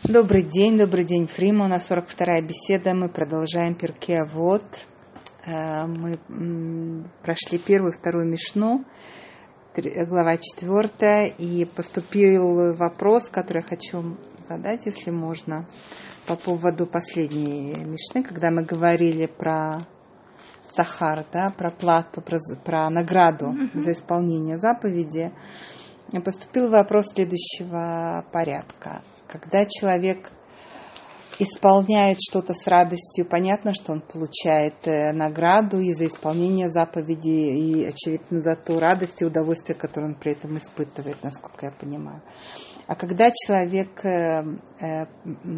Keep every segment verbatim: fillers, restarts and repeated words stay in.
Добрый день, добрый день, Фрима. У нас сорок вторая беседа. Мы продолжаем Перкей Авот. Мы прошли первую, вторую мишну, глава четвертая, и поступил вопрос, который я хочу задать, если можно, по поводу последней мишны, когда мы говорили про сахар, да, про плату, про, про награду mm-hmm. за исполнение заповеди. Поступил вопрос следующего порядка. Когда человек исполняет что-то с радостью, понятно, что он получает награду и за исполнение заповеди, и, очевидно, за ту радость и удовольствие, которое он при этом испытывает, насколько я понимаю. А когда человек э, э,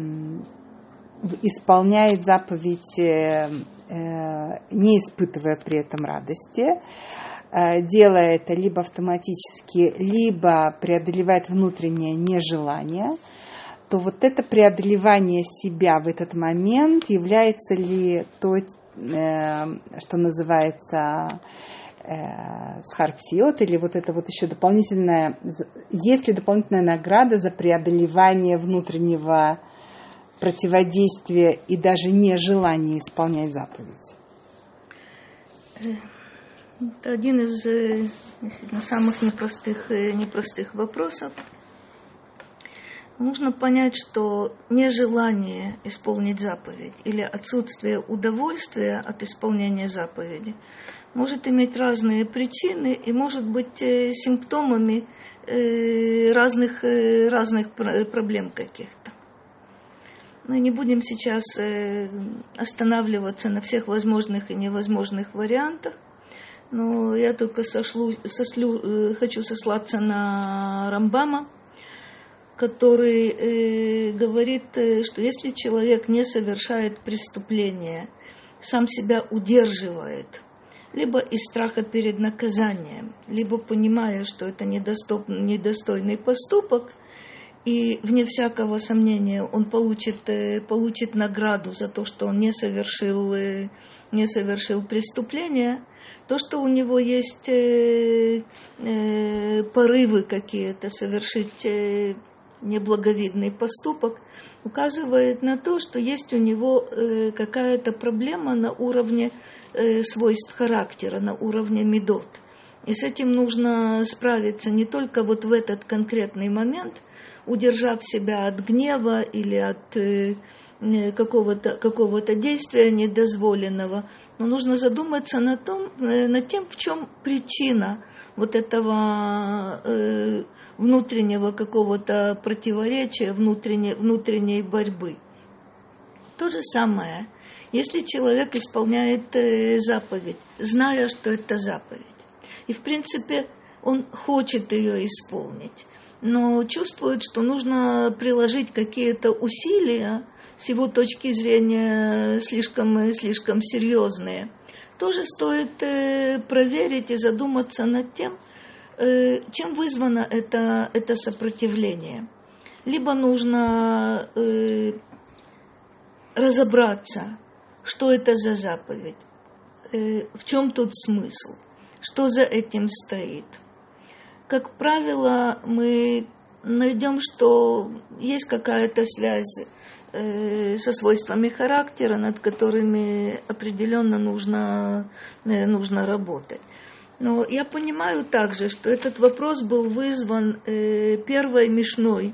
исполняет заповедь, э, не испытывая при этом радости, э, делая это либо автоматически, либо преодолевает внутреннее нежелание, то вот это преодолевание себя в этот момент является ли то, э, что называется э, схар-псиот, или вот это вот еще дополнительная, есть ли дополнительная награда за преодолевание внутреннего противодействия и даже нежелания исполнять заповедь? Это один из действительно самых непростых, непростых вопросов. Нужно понять, что нежелание исполнить заповедь или отсутствие удовольствия от исполнения заповеди может иметь разные причины и может быть симптомами разных, разных проблем каких-то. Мы не будем сейчас останавливаться на всех возможных и невозможных вариантах, но я только сошлю, сошлю, хочу сослаться на Рамбама, который э, говорит, э, что если человек не совершает преступление, сам себя удерживает, либо из страха перед наказанием, либо понимая, что это недостоп, недостойный поступок, и вне всякого сомнения он получит, э, получит награду за то, что он не совершил, э, не совершил преступление, то, что у него есть э, э, порывы какие-то совершить э, неблаговидный поступок, указывает на то, что есть у него э, какая-то проблема на уровне э, свойств характера, на уровне мидот. И с этим нужно справиться не только вот в этот конкретный момент, удержав себя от гнева или от э, какого-то, какого-то действия недозволенного, но нужно задуматься над, том, э, над тем, в чем причина вот этого э, внутреннего какого-то противоречия, внутренней, внутренней борьбы. То же самое, если человек исполняет э, заповедь, зная, что это заповедь, и в принципе он хочет ее исполнить, но чувствует, что нужно приложить какие-то усилия, с его точки зрения слишком, слишком серьезные, тоже стоит э, проверить и задуматься над тем, э, чем вызвано это, это сопротивление. Либо нужно э, разобраться, что это за заповедь, э, в чем тут смысл, что за этим стоит. Как правило, мы найдем, что есть какая-то связь со свойствами характера, над которыми определенно нужно, нужно работать. Но я понимаю также, что этот вопрос был вызван первой мишной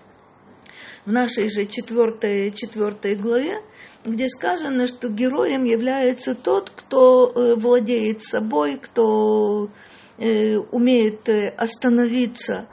в нашей же четвертой, четвертой главе, где сказано, что героем является тот, кто владеет собой, кто умеет остановиться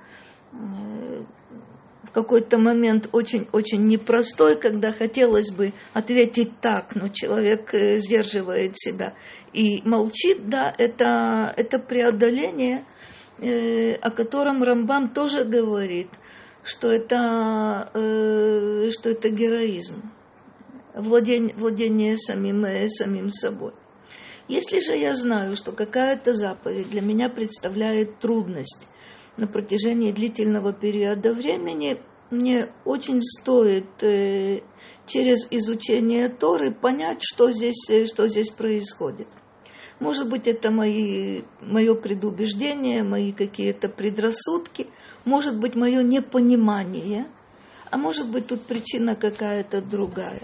в какой-то момент очень-очень непростой, когда хотелось бы ответить так, но человек сдерживает себя и молчит, да, это, это преодоление, э, о котором Рамбам тоже говорит, что это, э, что это героизм, владение, владение самим, э, самим собой. Если же я знаю, что какая-то заповедь для меня представляет трудность, на протяжении длительного периода времени, мне очень стоит э, через изучение Торы понять, что здесь, что здесь происходит. Может быть, это мои, мое предубеждение, мои какие-то предрассудки, может быть, мое непонимание, а может быть тут причина какая-то другая.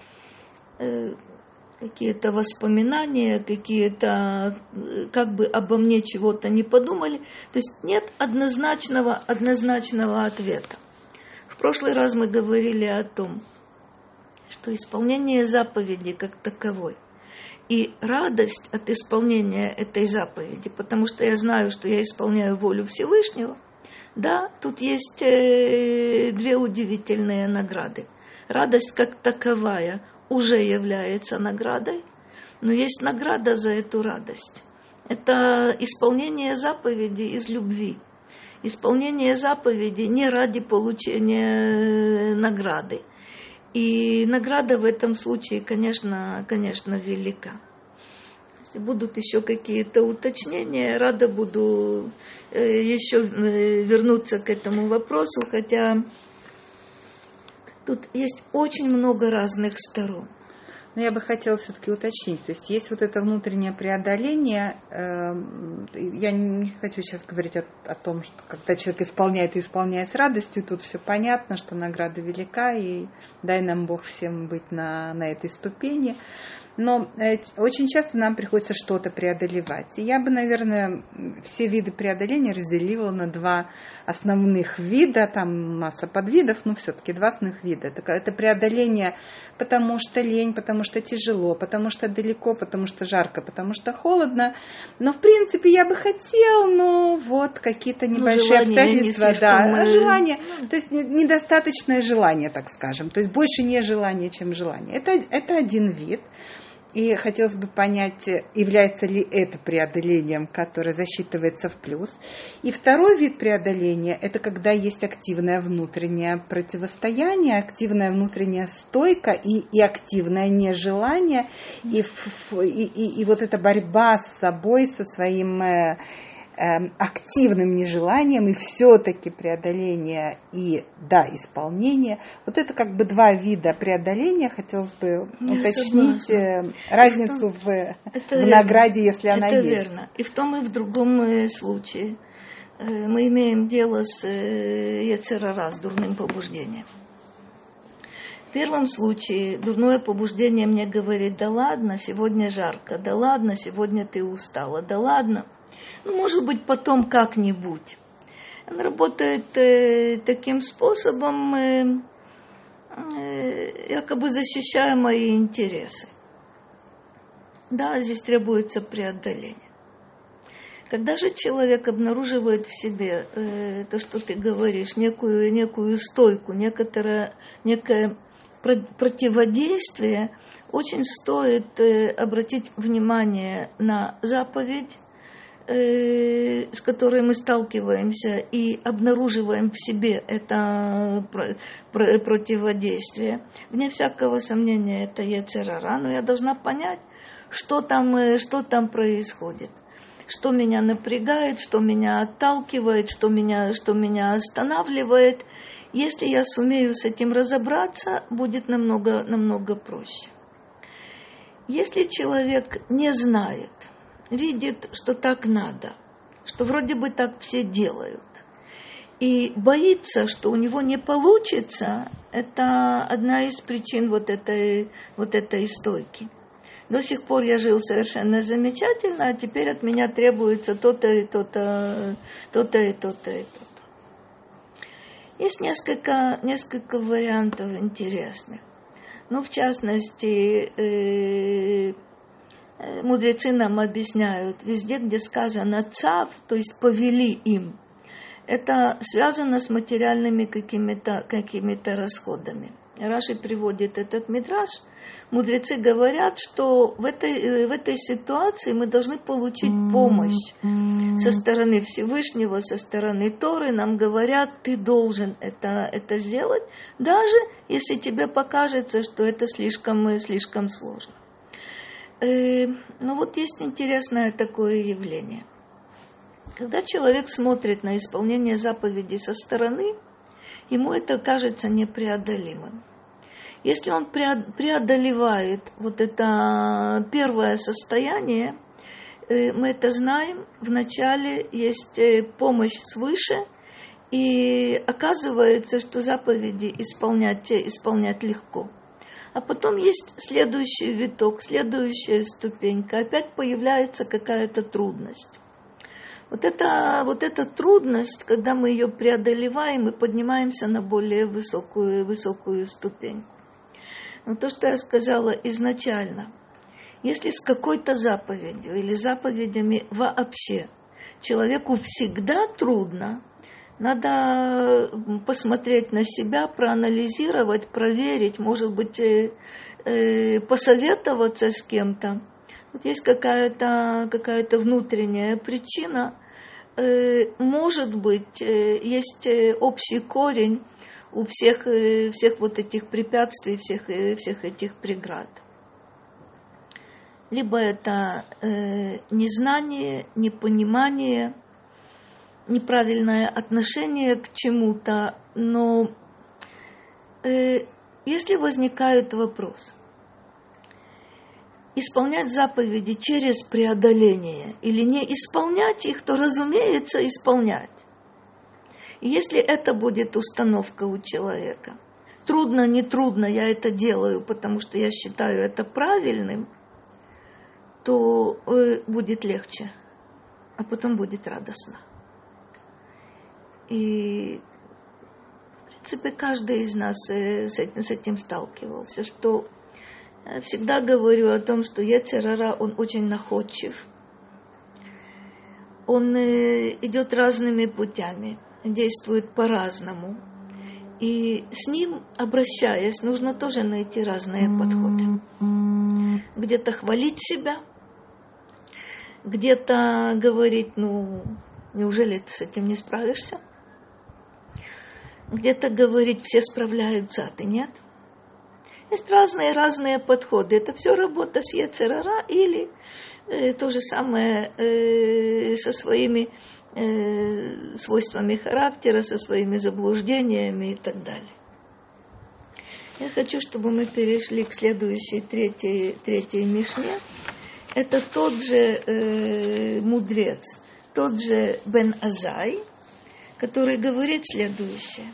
Какие-то воспоминания, какие-то, как бы обо мне чего-то не подумали. То есть нет однозначного, однозначного ответа. В прошлый раз мы говорили о том, что исполнение заповеди как таковой и радость от исполнения этой заповеди, потому что я знаю, что я исполняю волю Всевышнего, да, тут есть две удивительные награды. Радость как таковая уже является наградой, но есть награда за эту радость. Это исполнение заповеди из любви. Исполнение заповеди не ради получения награды. И награда в этом случае, конечно, конечно, велика. Если будут еще какие-то уточнения, рада буду еще вернуться к этому вопросу, хотя тут есть очень много разных сторон. Но я бы хотела все-таки уточнить. То есть есть вот это внутреннее преодоление. Э, я не хочу сейчас говорить о, о том, что когда человек исполняет и исполняет с радостью, тут все понятно, что награда велика, и дай нам Бог всем быть на, на этой ступени. Но э, очень часто нам приходится что-то преодолевать. И я бы, наверное, все виды преодоления разделила на два основных вида. Там масса подвидов, но все-таки два основных вида. Это, это преодоление, потому что лень, потому что тяжело, потому что далеко, потому что жарко, потому что холодно. Но, в принципе, я бы хотел, но вот какие-то небольшие ну, обстоятельства. Не да, желание, то есть недостаточное желание, так скажем. То есть больше не желание, чем желание. Это, это один вид. И хотелось бы понять, является ли это преодолением, которое засчитывается в плюс. И второй вид преодоления – это когда есть активное внутреннее противостояние, активная внутренняя стойка и, и активное нежелание. И, и, и, и вот эта борьба с собой, со своим э, э, активным нежеланием, и все-таки преодоление и, да, исполнение. Вот это как бы два вида преодоления. Хотелось бы Я уточнить согласна. разницу в, в, в награде, если она это есть. Это верно. И в том, и в другом случае мы имеем дело с йецер ара, с дурным побуждением. В первом случае дурное побуждение мне говорит: да ладно, сегодня жарко, да ладно, сегодня ты устала, да ладно, ну, может быть, потом как-нибудь. Он работает э, таким способом, э, э, якобы защищая мои интересы. Да, здесь требуется преодоление. Когда же человек обнаруживает в себе э, то, что ты говоришь, некую, некую стойку, некоторое, некое противодействие, очень стоит э, обратить внимание на заповедь, с которой мы сталкиваемся и обнаруживаем в себе это противодействие. Вне всякого сомнения, это йецер ара, но я должна понять, что там, что там происходит, что меня напрягает, что меня отталкивает, что меня, что меня останавливает. Если я сумею с этим разобраться, будет намного, намного проще. Если человек не знает, видит, что так надо, что вроде бы так все делают, и боится, что у него не получится, это одна из причин вот этой, вот этой стойки. До сих пор я жил совершенно замечательно, а теперь от меня требуется то-то и то-то, то-то и то-то и то-то. Есть несколько, несколько вариантов интересных. Ну, в частности, э- мудрецы нам объясняют, везде, где сказано «цав», то есть «повели им», это связано с материальными какими-то, какими-то расходами. Раши приводит этот мидраш. Мудрецы говорят, что в этой, в этой ситуации мы должны получить помощь со стороны Всевышнего, со стороны Торы. Нам говорят, ты должен это, это сделать, даже если тебе покажется, что это слишком, слишком сложно. Но вот есть интересное такое явление. Когда человек смотрит на исполнение заповедей со стороны, ему это кажется непреодолимым. Если он преодолевает вот это первое состояние, мы это знаем, вначале есть помощь свыше, И оказывается, что заповеди исполнять, исполнять легко. А потом есть следующий виток, следующая ступенька. Опять появляется какая-то трудность. Вот, это, вот эта трудность, когда мы ее преодолеваем, мы поднимаемся на более высокую, высокую ступеньку. Но то, что я сказала изначально, если с какой-то заповедью или заповедями вообще человеку всегда трудно, надо посмотреть на себя, проанализировать, проверить, может быть, э, э, посоветоваться с кем-то. Вот есть какая-то, какая-то внутренняя причина, э, может быть, э, есть общий корень у всех, э, всех вот этих препятствий, всех, э, всех этих преград. Либо это э, незнание, непонимание, неправильное отношение к чему-то, но э, если возникает вопрос, исполнять заповеди через преодоление или не исполнять их, то, разумеется, исполнять. И если это будет установка у человека, трудно, не трудно, я это делаю, потому что я считаю это правильным, то э, будет легче, а потом будет радостно. И, в принципе, каждый из нас э, с, этим, с этим сталкивался, что я всегда говорю о том, что йецер ара, он очень находчив. Он э, идет разными путями, действует по-разному. И с ним, обращаясь, нужно тоже найти разные подходы. Где-то хвалить себя, где-то говорить, ну, неужели ты с этим не справишься? Где-то говорить, все справляются, а ты нет. Есть разные-разные подходы. Это все работа с йецер ара или э, то же самое э, со своими э, свойствами характера, со своими заблуждениями и так далее. Я хочу, чтобы мы перешли к следующей, третьей, третьей мишне. Это тот же э, мудрец, тот же Бен Азай, который говорит следующее.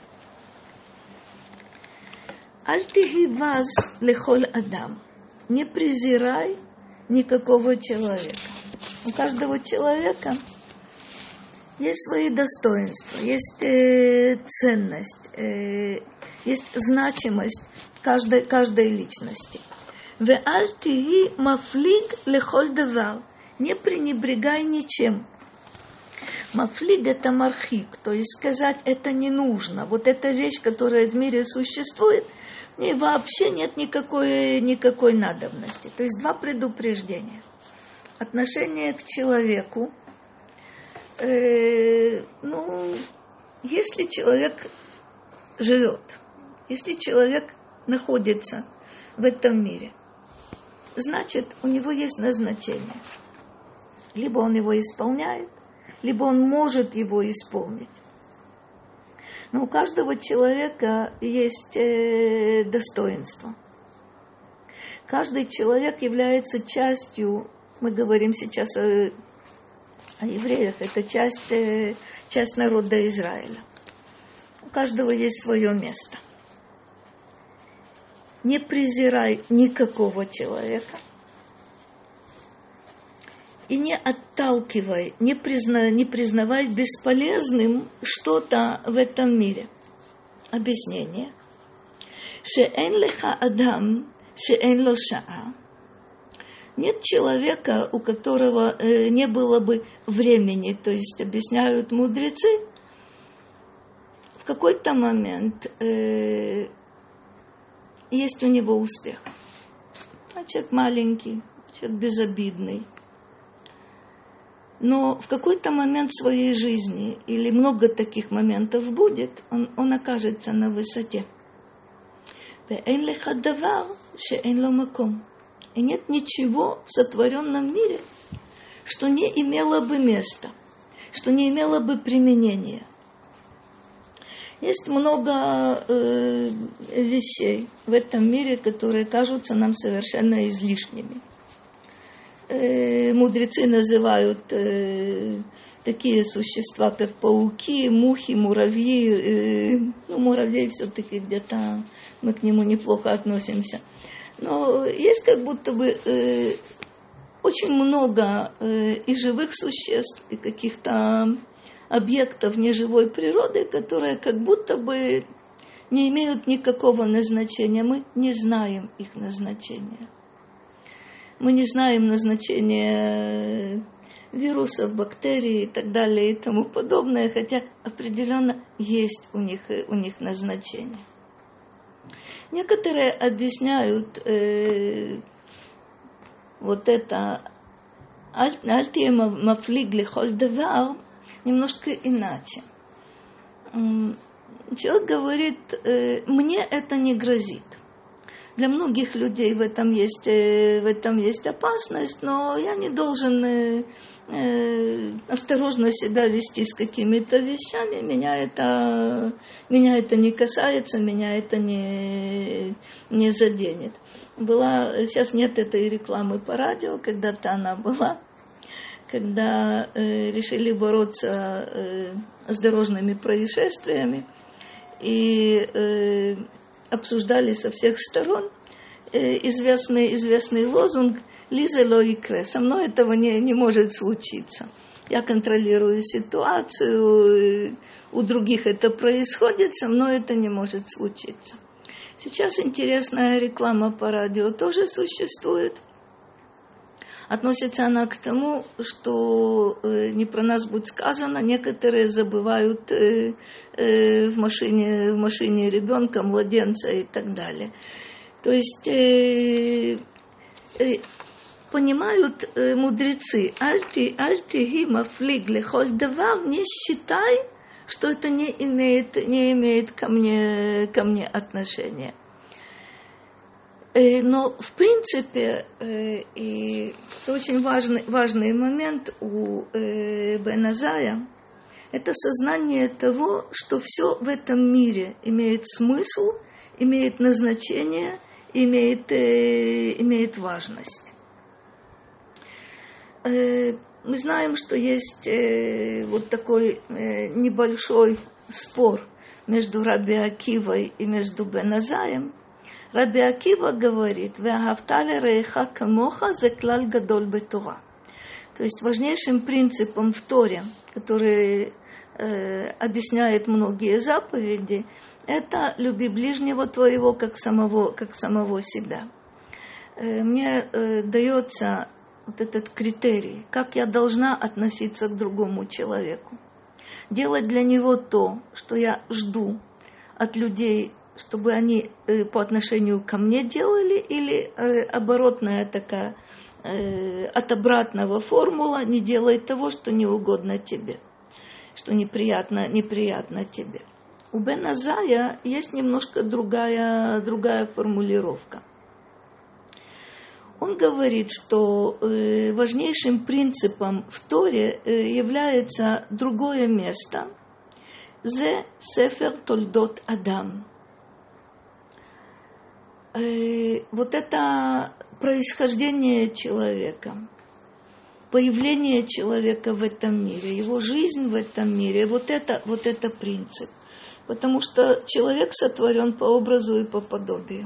Аль тихи ваз лехоль адам. Не презирай никакого человека. У каждого человека есть свои достоинства, есть э, ценность, э, есть значимость каждой, каждой личности. Ве аль тихи мафлиг лехоль давар. Не пренебрегай ничем. Мафлиг – это мархик, то есть сказать это не нужно. Вот эта вещь, которая в мире существует, в ней вообще нет никакой, никакой надобности. То есть два предупреждения. Отношение к человеку. Э, ну, если человек живет, если человек находится в этом мире, значит, у него есть назначение. Либо он его исполняет, либо он может его исполнить. Но у каждого человека есть э, достоинство. Каждый человек является частью, мы говорим сейчас о, о евреях, это часть, э, часть народа Израиля. У каждого есть свое место. Не презирай никакого человека. И не отталкивай, не, призна, не признавай бесполезным что-то в этом мире. Объяснение. Шеэн леха адам, шеэн ло шаа. Нет человека, у которого э, не было бы времени, то есть объясняют мудрецы, в какой-то момент э, есть у него успех. А человек маленький, человек безобидный. Но в какой-то момент своей жизни, или много таких моментов будет, он, он окажется на высоте. И нет ничего в сотворенном мире, что не имело бы места, что не имело бы применения. Есть много э, вещей в этом мире, которые кажутся нам совершенно излишними. э, мудрецы называют э, такие существа, как пауки, мухи, муравьи. Э, ну, муравей все-таки где-то мы к нему неплохо относимся. Но есть как будто бы э, очень много э, и живых существ, и каких-то объектов неживой природы, которые как будто бы не имеют никакого назначения. Мы не знаем их назначения. Мы не знаем назначения вирусов, бактерий и так далее и тому подобное, хотя определенно есть у них, у них назначение. Некоторые объясняют э, вот это «Альтия мафлиг лихоль давар» немножко иначе. Человек говорит, э, мне это не грозит. Для многих людей в этом есть, э, в этом есть опасность, но я не должен э, э, осторожно себя вести с какими-то вещами. Меня это, меня это не касается, меня это не, не заденет. Была, сейчас нет этой рекламы по радио, когда-то она была, когда э, решили бороться э, с дорожными происшествиями и э, обсуждали со всех сторон э, известный, известный лозунг «Лизе ло икре». Со мной этого не, не может случиться. Я контролирую ситуацию, у других это происходит, со мной это не может случиться. Сейчас интересная реклама по радио тоже существует. Относится она к тому, что э, не про нас будет сказано, некоторые забывают э, э, в машине, в машине ребенка, младенца и так далее. То есть э, э, понимают э, мудрецы, «Альти, альти ги мафлиг лехоль давар», не считай, что это не имеет, не имеет ко мне, ко мне отношения. Но, в принципе, и это очень важный, важный момент у Бен Азая, это сознание того, что все в этом мире имеет смысл, имеет назначение, имеет, имеет важность. Мы знаем, что есть вот такой небольшой спор между Раби Акивой и между Бен Азаем. Раби Акива говорит, «Веахавта лереха камоха зе клаль гадоль бетора». То есть важнейшим принципом в Торе, который э, объясняет многие заповеди, это «люби ближнего твоего, как самого, как самого себя». Э, мне э, дается вот этот критерий, как я должна относиться к другому человеку. Делать для него то, что я жду от людей, чтобы они э, по отношению ко мне делали, или э, оборотная такая, э, от обратного формула, не делай того, что не угодно тебе, что неприятно, неприятно тебе. У Бен Азая есть немножко другая, другая формулировка. Он говорит, что э, важнейшим принципом в Торе э, является другое место – «Зе сефер толдот Адам». Вот это происхождение человека, появление человека в этом мире, его жизнь в этом мире, вот это, вот это принцип. Потому что человек сотворен по образу и по подобию.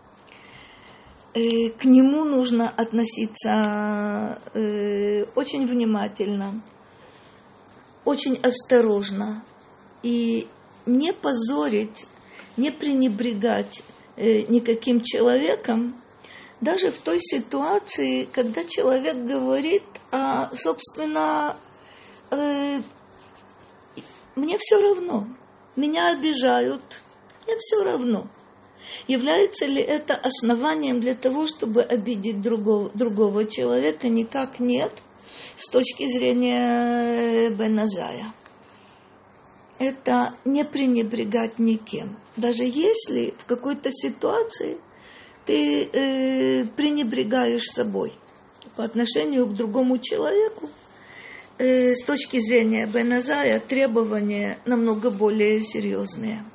К нему нужно относиться очень внимательно, очень осторожно и не позорить, не пренебрегать никаким человеком, даже в той ситуации, когда человек говорит, а, собственно, э, мне все равно, меня обижают, мне все равно. Является ли это основанием для того, чтобы обидеть другого, другого человека? Никак нет, с точки зрения Бен Азая. Это не пренебрегать никем. Даже если в какой-то ситуации ты э, пренебрегаешь собой по отношению к другому человеку, э, с точки зрения Бен Азая требования намного более серьезные.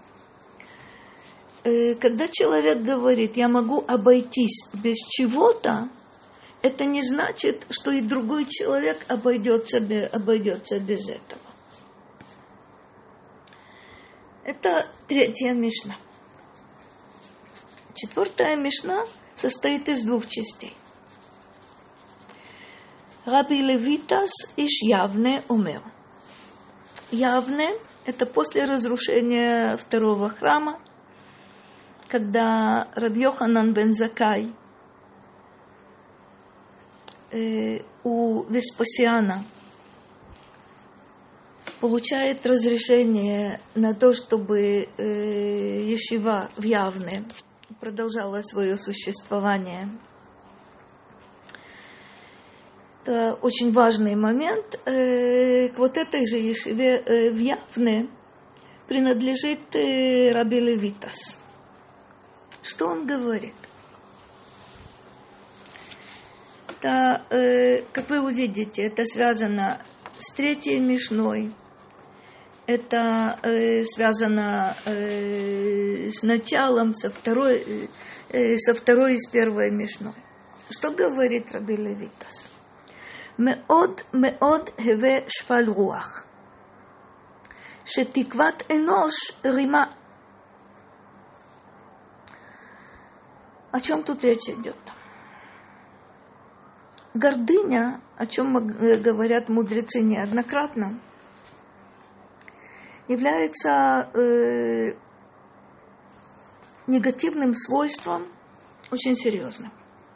Э, когда человек говорит, я могу обойтись без чего-то, это не значит, что и другой человек обойдется, обойдется без этого. Это третья мишна. Четвертая мишна состоит из двух частей. Раби Левитас иш Явне умер. Явне – это после разрушения второго храма, когда Раби Йоханан бен Заккай э, у Веспасиана получает разрешение на то, чтобы э, ешива в Явне продолжала свое существование. Это очень важный момент. К вот этой же ешиве в Явне принадлежит Раби Левитас. Что он говорит? Это, как вы увидите, это связано с третьей мишной. Это связано с началом, со второй, со второй и с первой мишной. Что говорит Раби Левитас? מאוד מאוד הווה שפל רוח, שתקוות אנוש רימה. О чем тут речь идет? Гордыня, о чем говорят мудрецы неоднократно, является э, негативным свойством очень серьезным.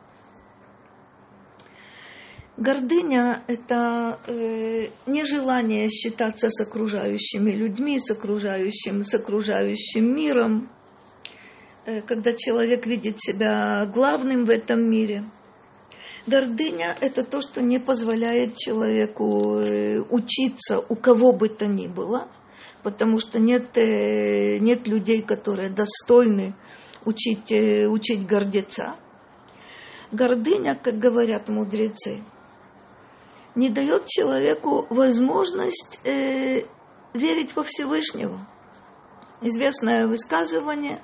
Гордыня – это э, нежелание считаться с окружающими людьми, с окружающим, с окружающим миром, э, когда человек видит себя главным в этом мире. Гордыня – это то, что не позволяет человеку э, учиться у кого бы то ни было, потому что нет, э, нет людей, которые достойны учить, э, учить гордеца. Гордыня, как говорят мудрецы, не дает человеку возможность э, верить во Всевышнего. Известное высказывание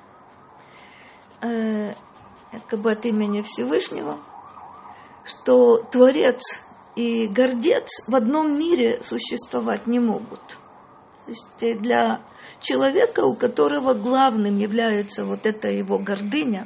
э, якобы от имени Всевышнего, что Творец и Гордец в одном мире существовать не могут. То есть для человека, у которого главным является вот эта его гордыня,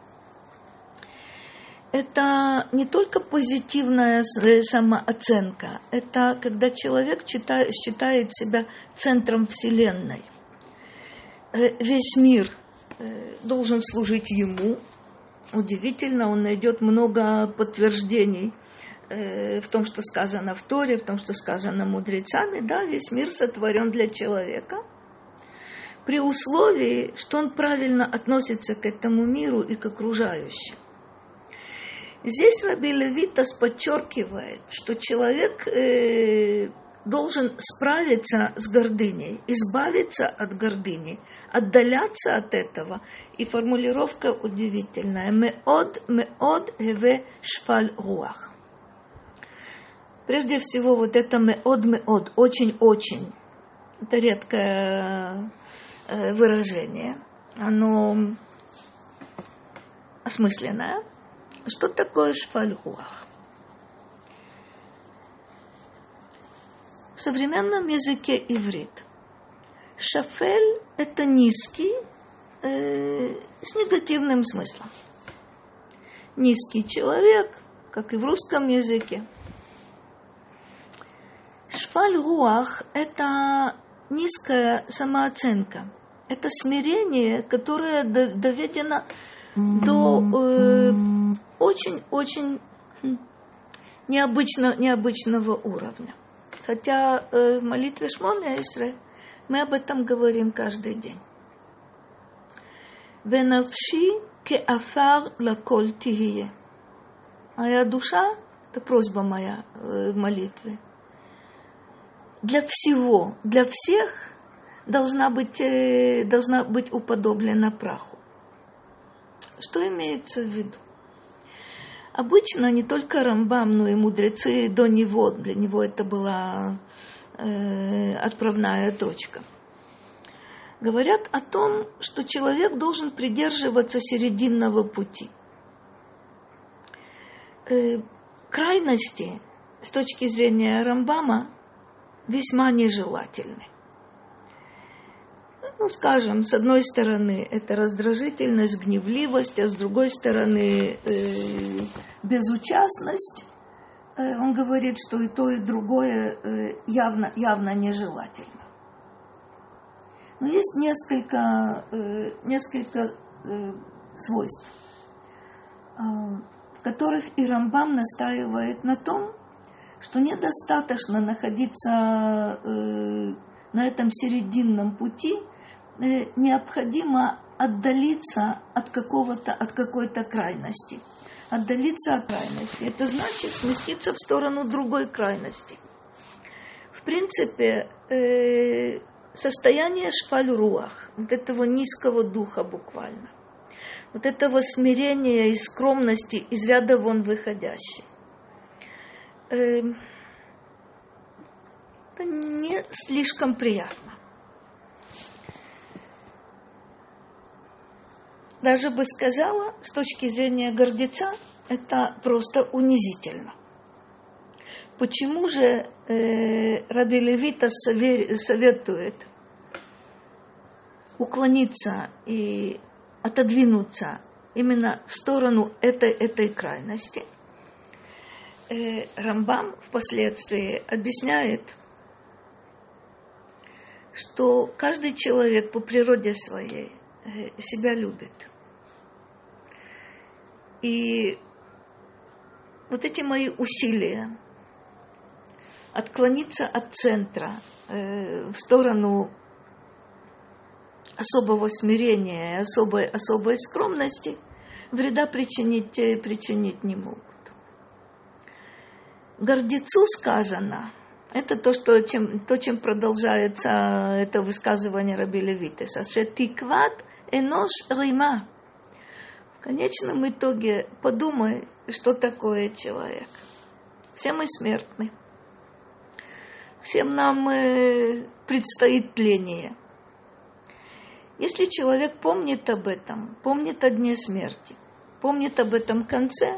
это не только позитивная самооценка, это когда человек считает, считает себя центром Вселенной. Весь мир должен служить ему. Удивительно, он найдет много подтверждений в том, что сказано в Торе, в том, что сказано мудрецами. Да, весь мир сотворен для человека, при условии, что он правильно относится к этому миру и к окружающим. Здесь Раби Левитас подчеркивает, что человек э, должен справиться с гордыней, избавиться от гордыни, отдаляться от этого. И формулировка удивительная. Меод, меод хеве шфаль руах. Прежде всего, вот это меод, меод, очень-очень. Это редкое э, выражение. Оно осмысленное. Что такое шфаль руах? В современном языке иврит шафель – это низкий э, с негативным смыслом. Низкий человек, как и в русском языке. Шфаль руах – это низкая самооценка. Это смирение, которое доведено до э, очень-очень необычно, необычного уровня. Хотя э, в молитве Шмона Исрей мы об этом говорим каждый день. «Венавши кеафар лаколь тихие». Моя душа, это просьба моя э, в молитве, для всего, для всех должна быть, э, должна быть уподоблена праху. Что имеется в виду? Обычно не только Рамбам, но и мудрецы до него, для него это была э, отправная точка, говорят о том, что человек должен придерживаться серединного пути. Э, крайности с точки зрения Рамбама весьма нежелательны. Ну, скажем, с одной стороны, это раздражительность, гневливость, а с другой стороны, э, безучастность. Э, он говорит, что и то, и другое э, явно, явно нежелательно. Но есть несколько, э, несколько э, свойств, э, в которых и Рамбам настаивает на том, что недостаточно находиться э, на этом серединном пути, э, необходимо отдалиться от какого-то, от какой-то крайности. Отдалиться от крайности. Это значит сместиться в сторону другой крайности. В принципе, э, состояние шпаль-руах, вот этого низкого духа буквально, вот этого смирения и скромности из ряда вон выходящей, э, это не слишком приятно. Даже бы сказала, с точки зрения гордеца, это просто унизительно. Почему же э, Раби Левитас советует уклониться и отодвинуться именно в сторону этой, этой крайности? Э, Рамбам впоследствии объясняет, что каждый человек по природе своей э, себя любит. И вот эти мои усилия отклониться от центра э, в сторону особого смирения, особой, особой скромности, вреда причинить, причинить не могут. Гордецу сказано, это то, что, чем, то, чем продолжается это высказывание Раби Левитеса, «Шетикват энош рима». В конечном итоге подумай, что такое человек. Все мы смертны. Всем нам э, предстоит тление. Если человек помнит об этом, помнит о дне смерти, помнит об этом конце,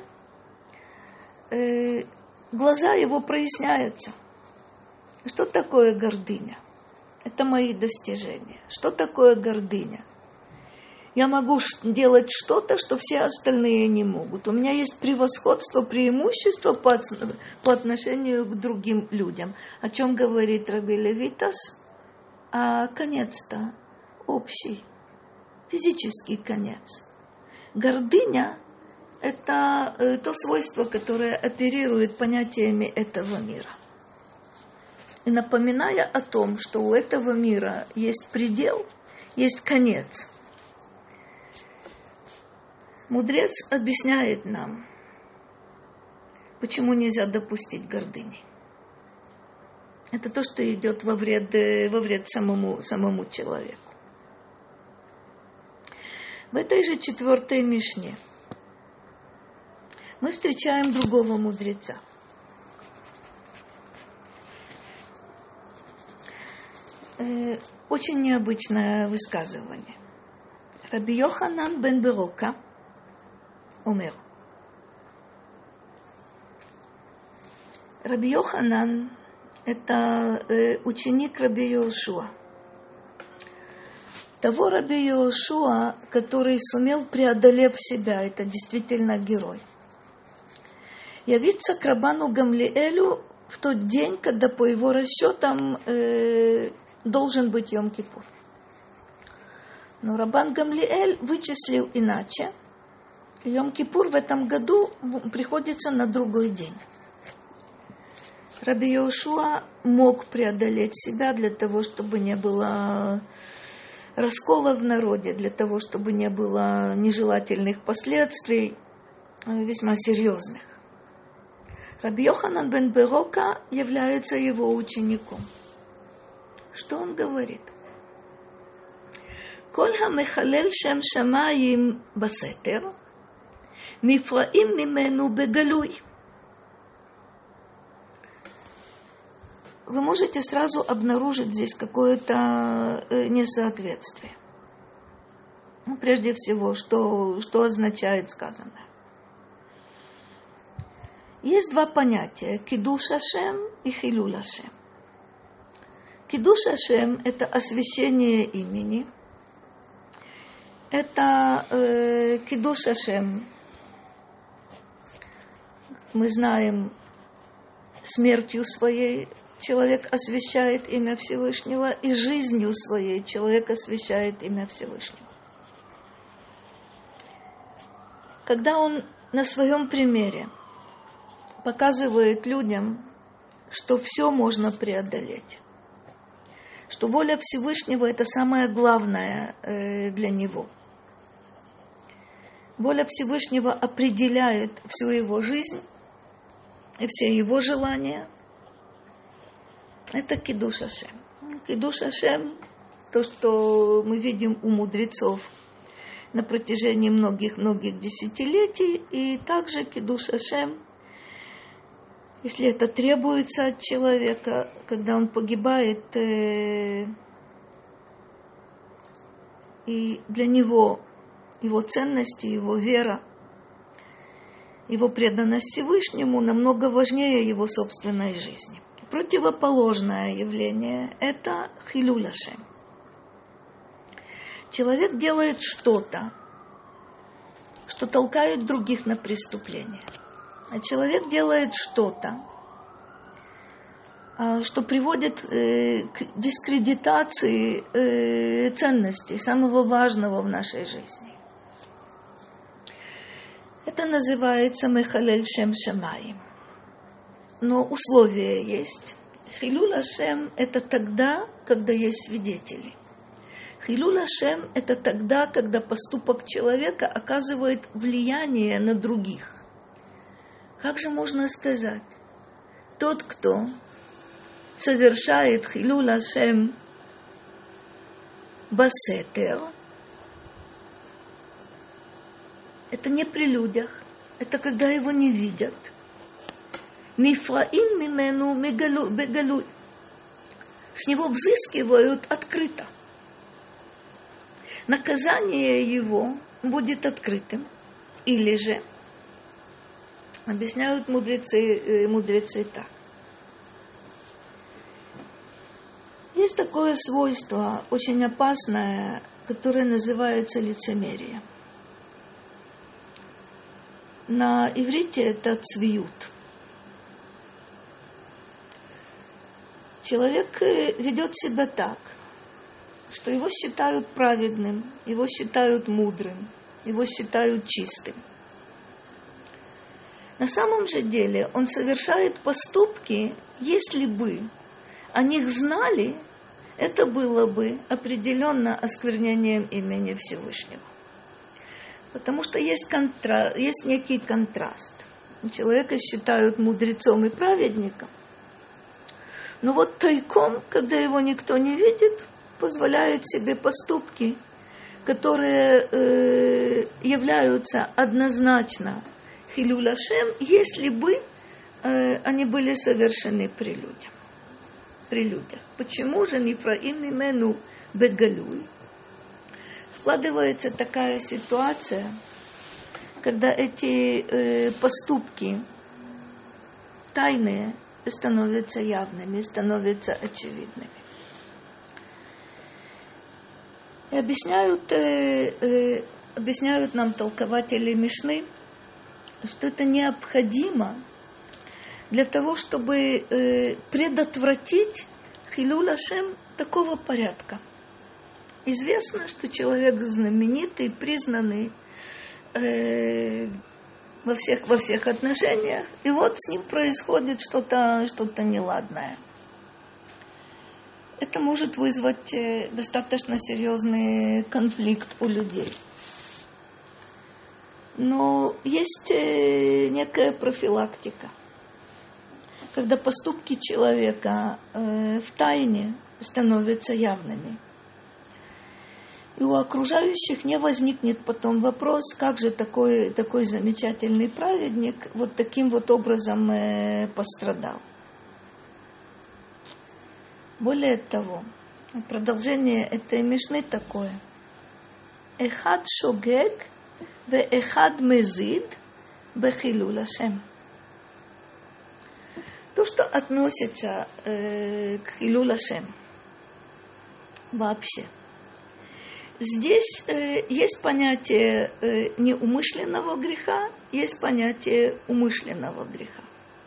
э, глаза его проясняются. Что такое гордыня? Это мои достижения. Что такое гордыня? Я могу делать что-то, что все остальные не могут. У меня есть превосходство, преимущество по, по отношению к другим людям. О чем говорит Раби Левитас? А конец-то общий, физический конец. Гордыня – это то свойство, которое оперирует понятиями этого мира. И напоминая о том, что у этого мира есть предел, есть конец, мудрец объясняет нам, почему нельзя допустить гордыни. Это то, что идет во вред, во вред самому, самому человеку. В этой же четвертой мишне мы встречаем другого мудреца. Э, очень необычное высказывание. Раби Йоханан бен Берока умер. Раби Йоханан – это э, ученик Раби Йошуа. Того Раби Йошуа, который сумел, преодолев себя, это действительно герой, явиться к Рабану Гамлиэлю в тот день, когда по его расчетам э, должен быть Йом-Кипур. Но Рабан Гамлиэль вычислил иначе. Йом-Кипур в этом году приходится на другой день. Раби Йошуа мог преодолеть себя для того, чтобы не было раскола в народе, для того, чтобы не было нежелательных последствий, весьма серьезных. Раби Йоханан бен Берока является его учеником. Что он говорит? Коль хамехалел шем шамаим басетер, нифраим мимену бегалуй. Вы можете сразу обнаружить здесь какое-то несоответствие. Ну, прежде всего, что, что означает сказанное. Есть два понятия: кидуш Ашем и хилюль Ашем. Кидуш Ашем – это освящение имени. Это э, кидуш Ашем. Мы знаем, смертью своей человек освящает имя Всевышнего, и жизнью своей человек освящает имя Всевышнего. Когда он на своем примере показывает людям, что все можно преодолеть, что воля Всевышнего – это самое главное э, для него. Воля Всевышнего определяет всю его жизнь и все его желания. Это кидуш Ашем. Кидуш Ашем – то, что мы видим у мудрецов на протяжении многих-многих десятилетий, и также кидуш Ашем, если это требуется от человека, когда он погибает, э, и для него его ценности, его вера, его преданность Всевышнему намного важнее его собственной жизни. Противоположное явление – это хилюль Ашем. Человек делает что-то, что толкает других на преступление. А человек делает что-то, что приводит к дискредитации ценностей, самого важного в нашей жизни. Это называется мехалель шем шамаим. Но условия есть. Хилюль Ашем – это тогда, когда есть свидетели. Хилюль Ашем – это тогда, когда поступок человека оказывает влияние на других. Как же можно сказать? Тот, кто совершает хилюль Ашем басетер, это не при людях, это когда его не видят. Нифраин мимену бегалуй. С него взыскивают открыто. Наказание его будет открытым. Или же, объясняют мудрецы, мудрецы так. Есть такое свойство, очень опасное, которое называется лицемерие. На иврите это цвиют. Человек ведет себя так, что его считают праведным, его считают мудрым, его считают чистым. На самом же деле он совершает поступки, если бы о них знали, это было бы определенно осквернением имени Всевышнего. Потому что есть, контра... есть некий контраст. Человека считают мудрецом и праведником, но вот тайком, когда его никто не видит, позволяет себе поступки, которые э, являются однозначно хилюль Ашем, если бы э, они были совершены при людях. При людях. Почему же нифраим мимену бегалуй? Складывается такая ситуация, когда эти э, поступки тайные становятся явными, становятся очевидными. И объясняют, э, э, объясняют нам толкователи Мишны, что это необходимо для того, чтобы э, предотвратить хилюль Ашем такого порядка. Известно, что человек знаменитый, признанный э, во всех, во всех отношениях, и вот с ним происходит что-то, что-то неладное. Это может вызвать э, достаточно серьезный конфликт у людей. Но есть э, некая профилактика. Когда поступки человека э, в тайне становятся явными. И у окружающих не возникнет потом вопрос, как же такой, такой замечательный праведник вот таким вот образом э, пострадал. Более того, продолжение этой мишны такое. Эхад шогек ве эхад мезид бехилюль Ашем. что относится э, к Хилюль Ашем вообще. Здесь э, есть понятие э, неумышленного греха, есть понятие умышленного греха.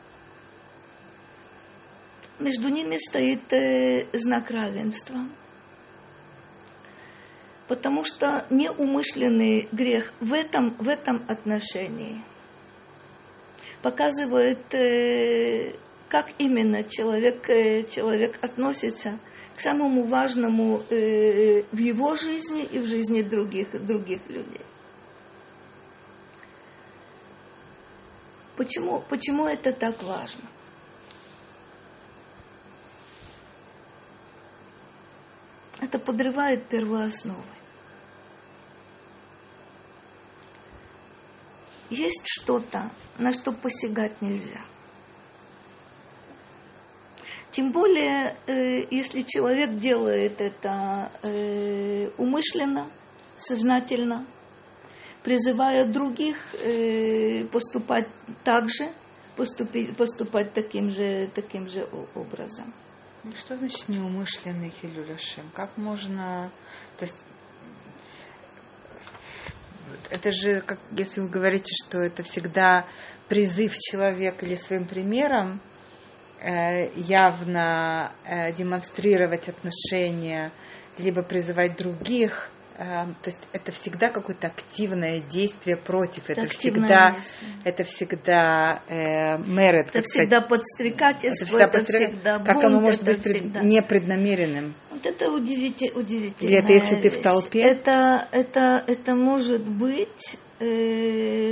Между ними стоит э, знак равенства. Потому что неумышленный грех в этом, в этом отношении показывает, э, как именно человек, э, человек относится к самому важному э, в его жизни и в жизни других, других людей. Почему, почему это так важно? Это подрывает первоосновы. Есть что-то, на что посягать нельзя. Тем более, э, если человек делает это э, умышленно, сознательно, призывая других э, поступать так же, поступить, поступать таким же, таким же образом. Что значит неумышленный Хилюль Ашем? Как можно... То есть, это же, как, если вы говорите, что это всегда призыв человека или своим примером, явно демонстрировать отношения, либо призывать других, то есть это всегда какое-то активное действие против, это, это всегда, это всегда э, мерет, это всегда сказать, подстрекательство, это всегда, это подстрек... всегда бунт, как оно может быть всегда... непреднамеренным. Вот это удивительно, удивительно. Или это если ты в толпе? Это, это, это может быть... Э...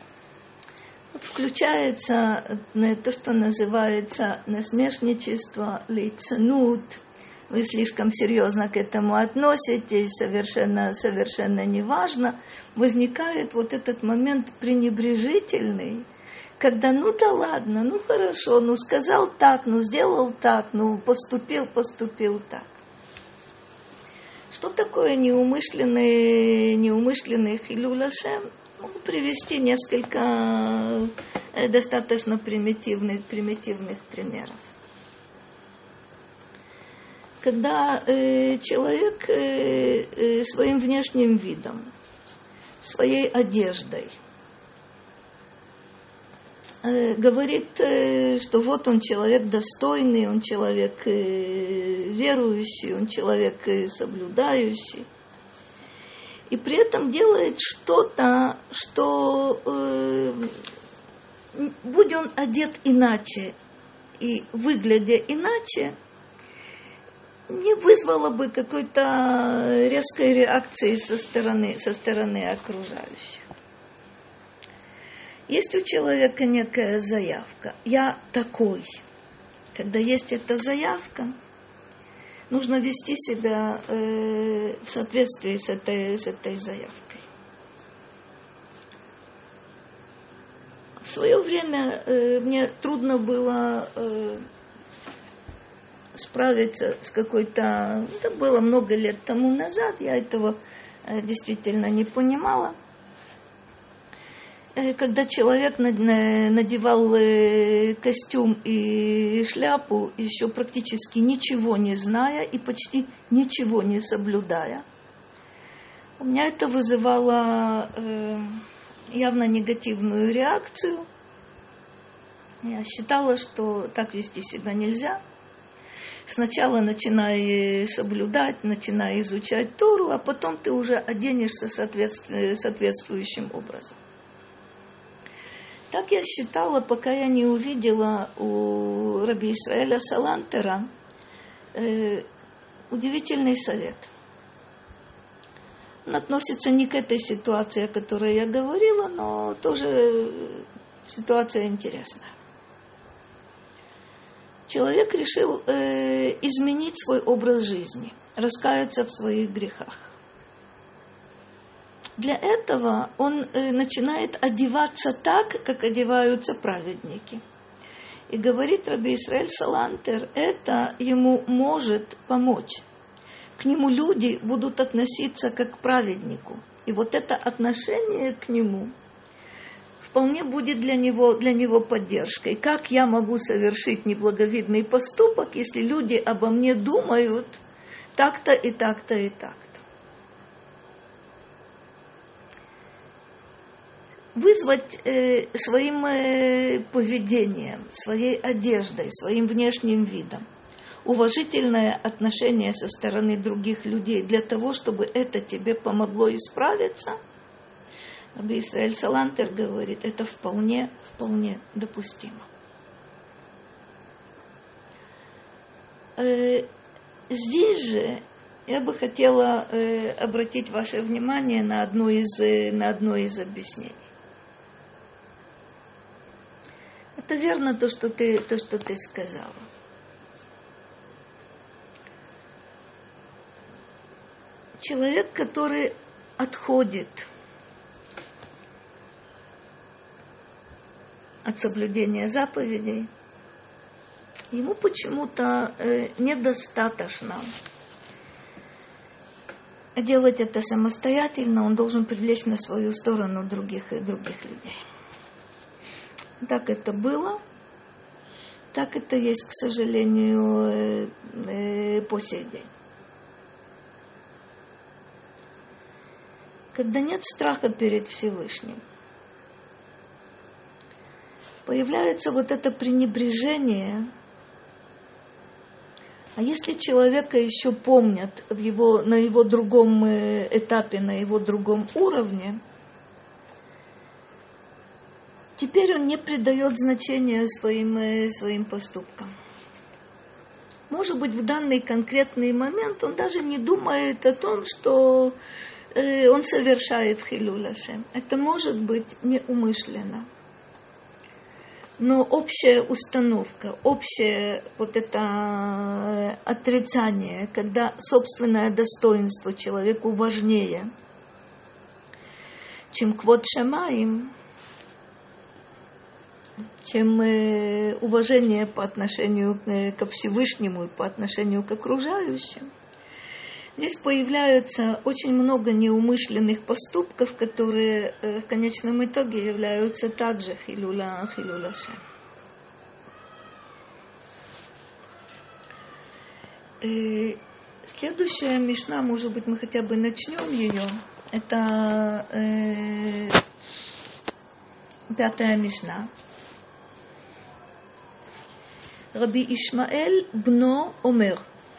Включается то, что называется насмешничество, лиценут. Вы слишком серьезно к этому относитесь, совершенно, совершенно неважно. Возникает вот этот момент пренебрежительный, когда ну да ладно, ну хорошо, ну сказал так, ну сделал так, ну поступил, поступил так. Что такое неумышленный, неумышленный Хилюль Ашем? Могу привести несколько достаточно примитивных, примитивных примеров. Когда э, человек э, э, своим внешним видом, своей одеждой э, говорит, э, что вот он человек достойный, он человек э, верующий, он человек э, соблюдающий, и при этом делает что-то, что, э, будь он одет иначе и выглядя иначе, не вызвало бы какой-то резкой реакции со стороны, со стороны окружающих. Есть у человека некая заявка. Я такой. Когда есть эта заявка, нужно вести себя э, в соответствии с этой, с этой заявкой. В свое время э, мне трудно было э, справиться с какой-то... Это было много лет тому назад, я этого э, действительно не понимала. Когда человек надевал костюм и шляпу, еще практически ничего не зная и почти ничего не соблюдая, у меня это вызывало явно негативную реакцию. Я считала, что так вести себя нельзя. Сначала начинай соблюдать, начинай изучать Тору, а потом ты уже оденешься соответствующим образом. Так я считала, пока я не увидела у раби Исраэля Салантера э, удивительный совет. Он относится не к этой ситуации, о которой я говорила, но тоже ситуация интересная. Человек решил э, изменить свой образ жизни, раскаяться в своих грехах. Для этого он э, начинает одеваться так, как одеваются праведники. И говорит раби Исраэль Салантер, это ему может помочь. К нему люди будут относиться как к праведнику. И вот это отношение к нему вполне будет для него, для него поддержкой. Как я могу совершить неблаговидный поступок, если люди обо мне думают так-то и так-то и так-то. Вызвать э, своим э, поведением, своей одеждой, своим внешним видом уважительное отношение со стороны других людей для того, чтобы это тебе помогло исправиться, Раби Исраэль Салантер говорит, это вполне, вполне допустимо. Э, здесь же я бы хотела э, обратить ваше внимание на одно из, э, на одно из объяснений. Это верно то, что ты, то, что ты сказала. Человек, который отходит от соблюдения заповедей, ему почему-то э, недостаточно делать это самостоятельно, он должен привлечь на свою сторону других и других людей. Так это было, так это есть, к сожалению, э, э, по сей день. Когда нет страха перед Всевышним, появляется вот это пренебрежение. А если человека еще помнят в его, на его другом этапе, на его другом уровне, теперь он не придает значения своим, своим поступкам. Может быть, в данный конкретный момент он даже не думает о том, что э, он совершает хилюль Ашем. Это может быть неумышленно. Но общая установка, общее вот это отрицание, когда собственное достоинство человеку важнее, чем квод шамаим, чем уважение по отношению ко Всевышнему и по отношению к окружающим. Здесь появляется очень много неумышленных поступков, которые в конечном итоге являются также хилюля хилюля Шем. Следующая мишна, может быть, мы хотя бы начнем ее. Это э, пятая мишна. Раби Ишмаэль бно омер.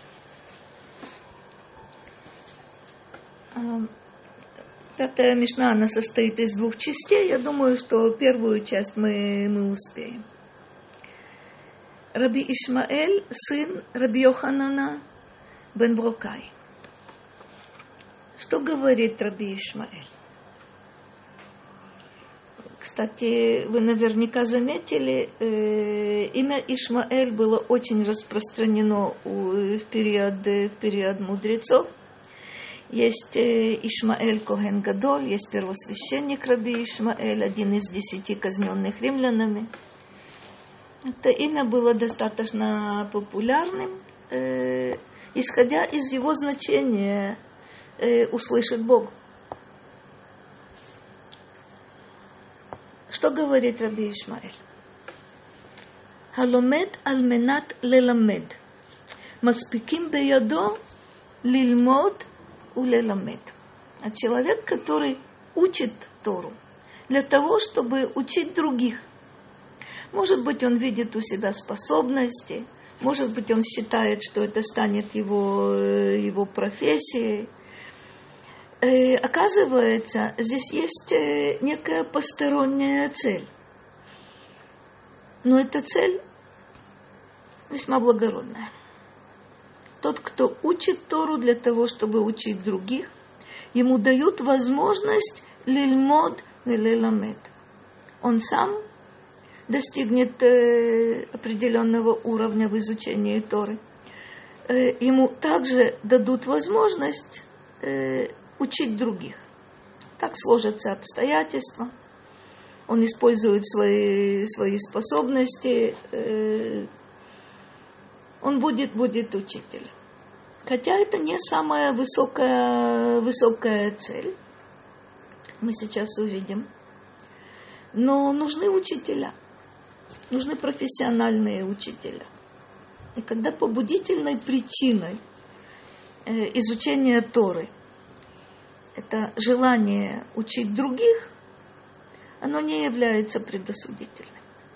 Пятая мишна, она состоит из двух частей. Я думаю, что первую часть мы, мы успеем. Раби Ишмаэль, сын Раби Йоханана бен Брокай. Что говорит Раби Ишмаэль? Кстати, вы наверняка заметили, э, имя Ишмаэль было очень распространено у, в, период, в период мудрецов. Есть Ишмаэль Коген Гадоль, есть первосвященник Раби Ишмаэль, один из десяти казненных римлянами. Это имя было достаточно популярным, э, исходя из его значения э, «услышит Бог». Что говорит Раби Ишмаэль? «Халомед аль-менат леламед, маспиким беядо лильмод улеламед». А человек, который учит Тору для того, чтобы учить других. Может быть, он видит у себя способности, может быть, он считает, что это станет его, его профессией. Э, оказывается, здесь есть некая посторонняя цель. Но эта цель весьма благородная. Тот, кто учит Тору для того, чтобы учить других, ему дают возможность лильмод и лиламед. Он сам достигнет э, определенного уровня в изучении Торы. Э, ему также дадут возможность э, учить других. Так сложатся обстоятельства. Он использует свои, свои способности. Э, он будет, будет учителем. Хотя это не самая высокая, высокая цель. Мы сейчас увидим. Но нужны учителя, нужны профессиональные учителя. И когда побудительной причиной изучения Торы это желание учить других, оно не является предосудительным.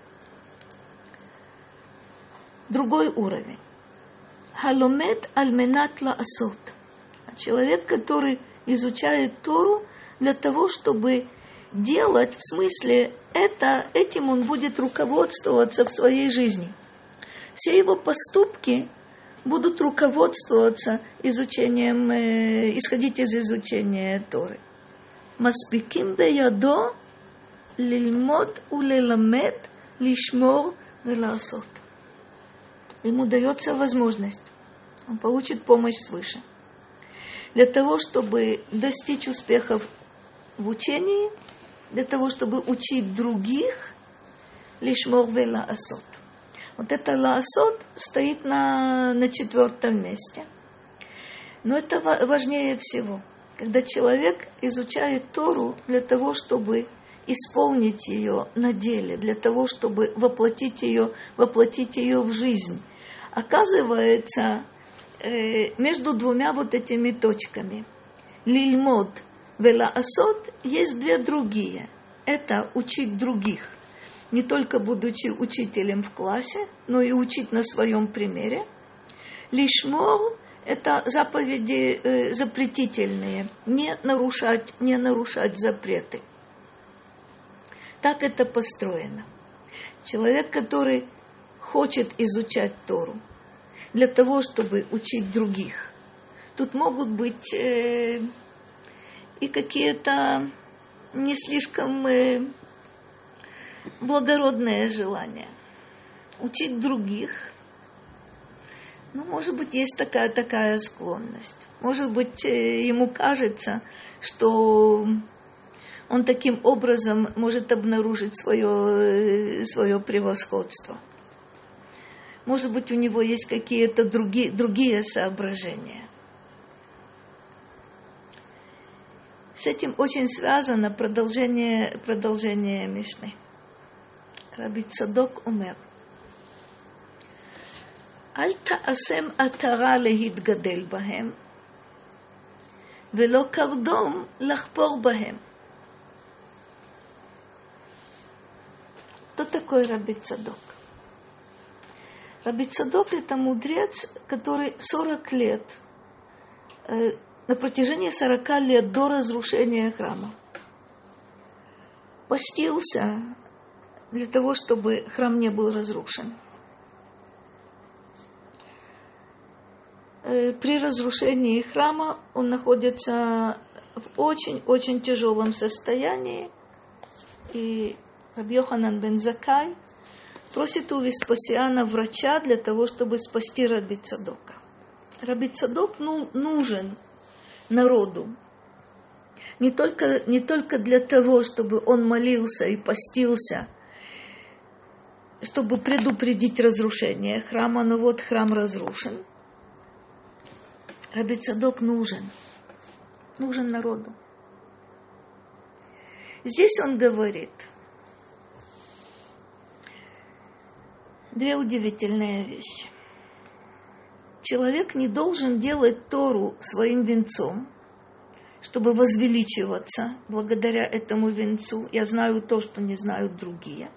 Другой уровень. Халомет аль-менат ла-асот. Человек, который изучает Тору для того, чтобы делать, в смысле, это, этим он будет руководствоваться в своей жизни. Все его поступки будут руководствоваться изучением, э, исходить из изучения Торы. Маспиким беядо лильмод улеламет лишмор веласот. Ему дается возможность, он получит помощь свыше. Для того, чтобы достичь успехов в учении, для того, чтобы учить других, лишмор веласот. Вот это лаасот стоит на, на четвертом месте. Но это важнее всего. Когда человек изучает Тору для того, чтобы исполнить ее на деле, для того, чтобы воплотить ее, воплотить ее в жизнь, оказывается, э, между двумя вот этими точками, лильмод велаасот, есть две другие. Это учить других. Не только будучи учителем в классе, но и учить на своем примере. Лишмор – это заповеди э, запретительные, не нарушать, не нарушать запреты. Так это построено. Человек, который хочет изучать Тору для того, чтобы учить других, тут могут быть э, и какие-то не слишком... Э, благородное желание учить других. Ну, может быть, есть такая, такая склонность. Может быть, ему кажется, что он таким образом может обнаружить свое, свое превосходство. Может быть, у него есть какие-то другие, другие соображения. С этим очень связано продолжение, продолжение Мишны. Раби Цадок умер. Аль таасем атара лехитгадел баhem, вело кардом лахпор баhem. Кто такой Раби Цадок? Раби Цадок – это мудрец, который сорок лет, э, на протяжении сорока лет до разрушения храма постился для того, чтобы храм не был разрушен. При разрушении храма он находится в очень-очень тяжелом состоянии. И Раби Йоханан бен Заккай просит у Веспасиана врача для того, чтобы спасти Раби Цадока. Раби Цадок ну, нужен народу. Не только, не только для того, чтобы он молился и постился, чтобы предупредить разрушение храма, но вот храм разрушен. Раби Цадок нужен. Нужен народу. Здесь он говорит две удивительные вещи. Человек не должен делать Тору своим венцом, чтобы возвеличиваться благодаря этому венцу. Я знаю то, что не знают другие.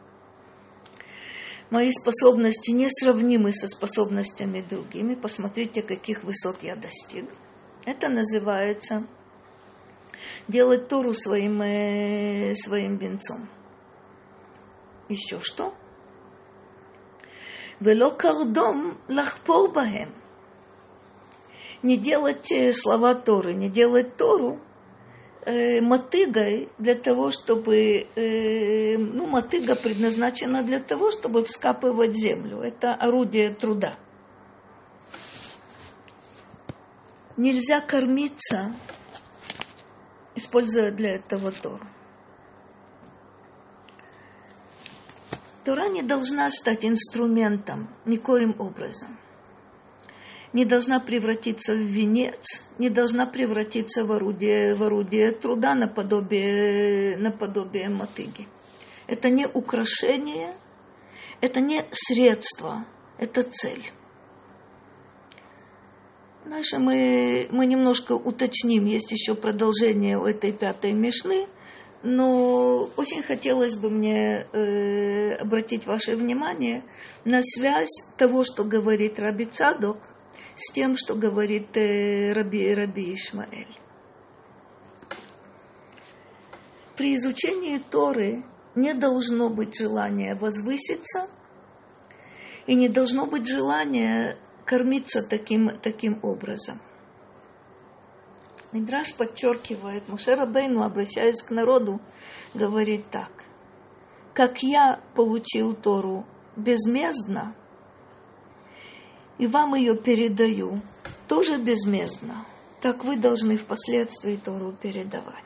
Мои способности несравнимы со способностями другими. Посмотрите, каких высот я достиг. Это называется делать Тору своим, э, своим венцом. Еще что? Вело кардом лахпор баhem. Не делать слова Торы, не делать Тору э, мотыгой для того, чтобы... Э, ну, мотыга предназначена для того, чтобы вскапывать землю. Это орудие труда. Нельзя кормиться, используя для этого Тору. Тора не должна стать инструментом никоим образом. не должна превратиться в венец, не должна превратиться в орудие, в орудие труда наподобие, наподобие мотыги. Это не украшение, это не средство, это цель. Дальше мы, мы немножко уточним, есть еще продолжение у этой пятой мишны, но очень хотелось бы мне э, обратить ваше внимание на связь того, что говорит Раби Цадок, с тем, что говорит э, Раби, Раби Ишмаэль. При изучении Торы не должно быть желания возвыситься и не должно быть желания кормиться таким, таким образом. Мидраш подчеркивает, Моше Рабейну, обращаясь к народу, говорит так: как я получил Тору безмездно, и вам ее передаю тоже безмездно, так вы должны впоследствии Тору передавать.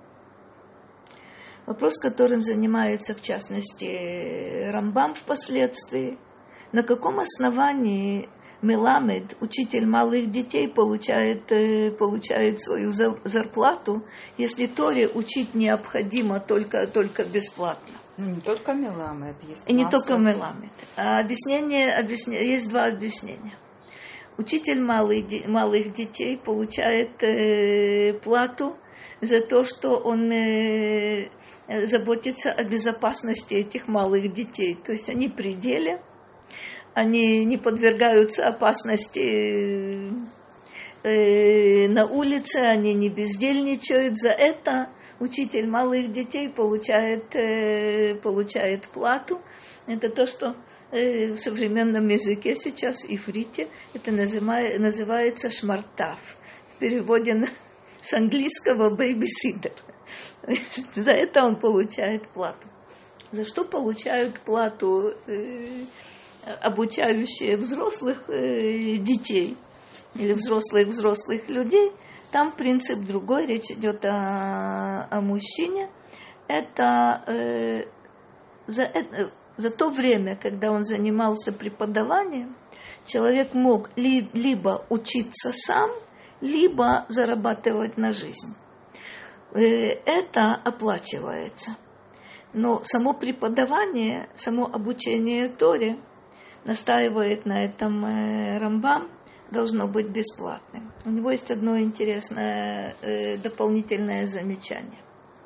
Вопрос, которым занимается, в частности, Рамбам впоследствии, на каком основании Меламед, учитель малых детей, получает, получает свою зарплату, если Торе учить необходимо только, только бесплатно. Ну, не только Меламед, есть И не масса. только Меламед. А объяснение, объяснение, есть два объяснения. Учитель малых, малых детей получает э, плату за то, что он э, заботится о безопасности этих малых детей. То есть они при деле, они не подвергаются опасности э, на улице, они не бездельничают. За это учитель малых детей получает, э, получает плату. Это то, что э, в современном языке сейчас, иврите, это называет, называется шмартав. В переводе на, с английского бэйбисидер. За это он получает плату. За что получают плату э, обучающие взрослых э, детей или взрослых взрослых людей, там принцип другой, речь идет о, о мужчине. Это, э, за, это за то время, когда он занимался преподаванием, человек мог ли, либо учиться сам, либо зарабатывать на жизнь. Э, это оплачивается. Но само преподавание, само обучение Торе, настаивает на этом э, Рамбам, должно быть бесплатным. У него есть одно интересное э, дополнительное замечание.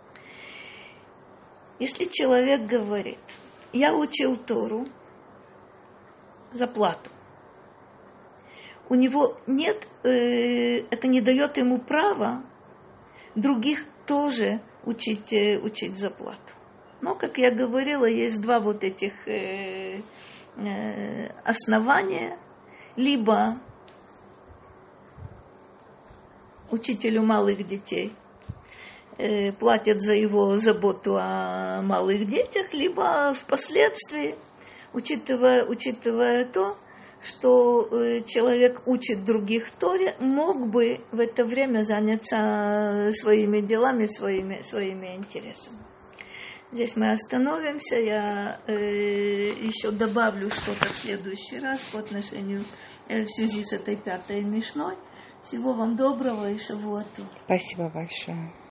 Если человек говорит: я учил Тору за плату, у него нет, э, это не дает ему права других тоже учить, э, учить за плату. Но, как я говорила, есть два вот этих э, основания: либо учителю малых детей э, платят за его заботу о малых детях, либо впоследствии, учитывая, учитывая то, что э, человек учит других Торе, мог бы в это время заняться своими делами, своими, своими интересами. Здесь мы остановимся. Я э, еще добавлю что-то в следующий раз по отношению, э, в связи с этой пятой мишной. Всего вам доброго и шавуа тов. Спасибо большое.